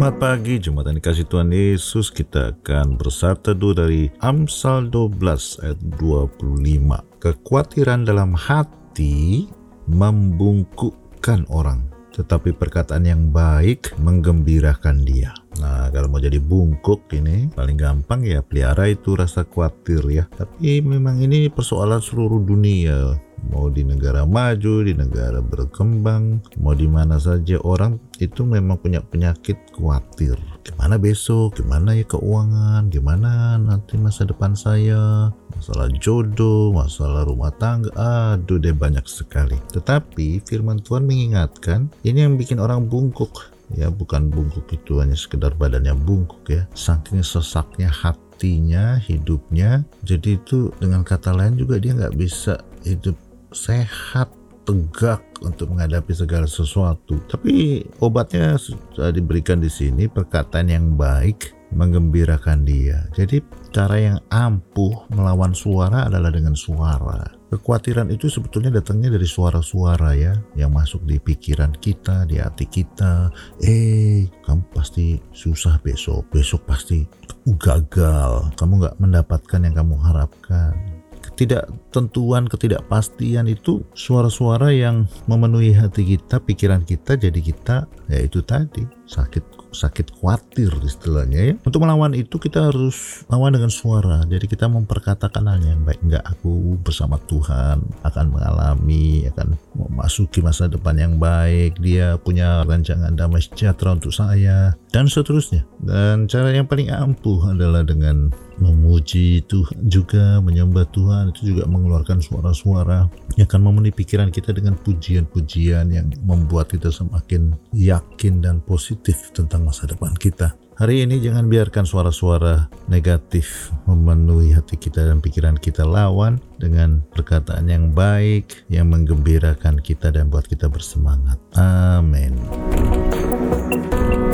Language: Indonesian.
Selamat pagi, jemaat yang dikasih Tuhan Yesus. Kita akan bersabda dulu dari Amsal 12 ayat 25. Kekhawatiran dalam hati membungkukkan orang, tetapi perkataan yang baik menggembirakan dia. Nah, kalau mau jadi bungkuk ini paling gampang ya pelihara itu rasa khawatir ya. Tapi memang ini persoalan seluruh dunia. Mau di negara maju, di negara berkembang, mau di mana saja orang itu memang punya penyakit khawatir. Gimana besok, gimana ya keuangan, gimana nanti masa depan saya, masalah jodoh, masalah rumah tangga, aduh deh banyak sekali. Tetapi firman Tuhan mengingatkan, ini yang bikin orang bungkuk. Ya, bukan bungkuk itu hanya sekedar badannya bungkuk ya, saking sesaknya hatinya, hidupnya. Jadi itu dengan kata lain juga dia nggak bisa hidup sehat, tegak untuk menghadapi segala sesuatu. Tapi obatnya sudah diberikan di sini, perkataan yang baik menggembirakan dia. Jadi cara yang ampuh melawan suara adalah dengan suara. Kekhawatiran itu sebetulnya datangnya dari suara-suara ya, yang masuk di pikiran kita, di hati kita. Kamu pasti susah besok pasti gagal, kamu nggak mendapatkan yang kamu harapkan. Ketidaktentuan, ketidakpastian itu suara-suara yang memenuhi hati kita, pikiran kita, jadi kita ya itu tadi sakit khawatir istilahnya ya. Untuk melawan itu kita harus lawan dengan suara. Jadi kita memperkatakan hal yang baik. Enggak, aku bersama Tuhan akan mengalami, akan memasuki masa depan yang baik. Dia punya rancangan damai sejahtera untuk saya dan seterusnya. Dan cara yang paling ampuh adalah dengan memuji Tuhan juga, menyembah Tuhan. Itu juga mengeluarkan suara-suara yang akan memenuhi pikiran kita dengan pujian-pujian yang membuat kita semakin yakin dan positif tentang masa depan kita. Hari ini jangan biarkan suara-suara negatif memenuhi hati kita dan pikiran kita. Lawan dengan perkataan yang baik yang menggembirakan kita dan buat kita bersemangat. Amin.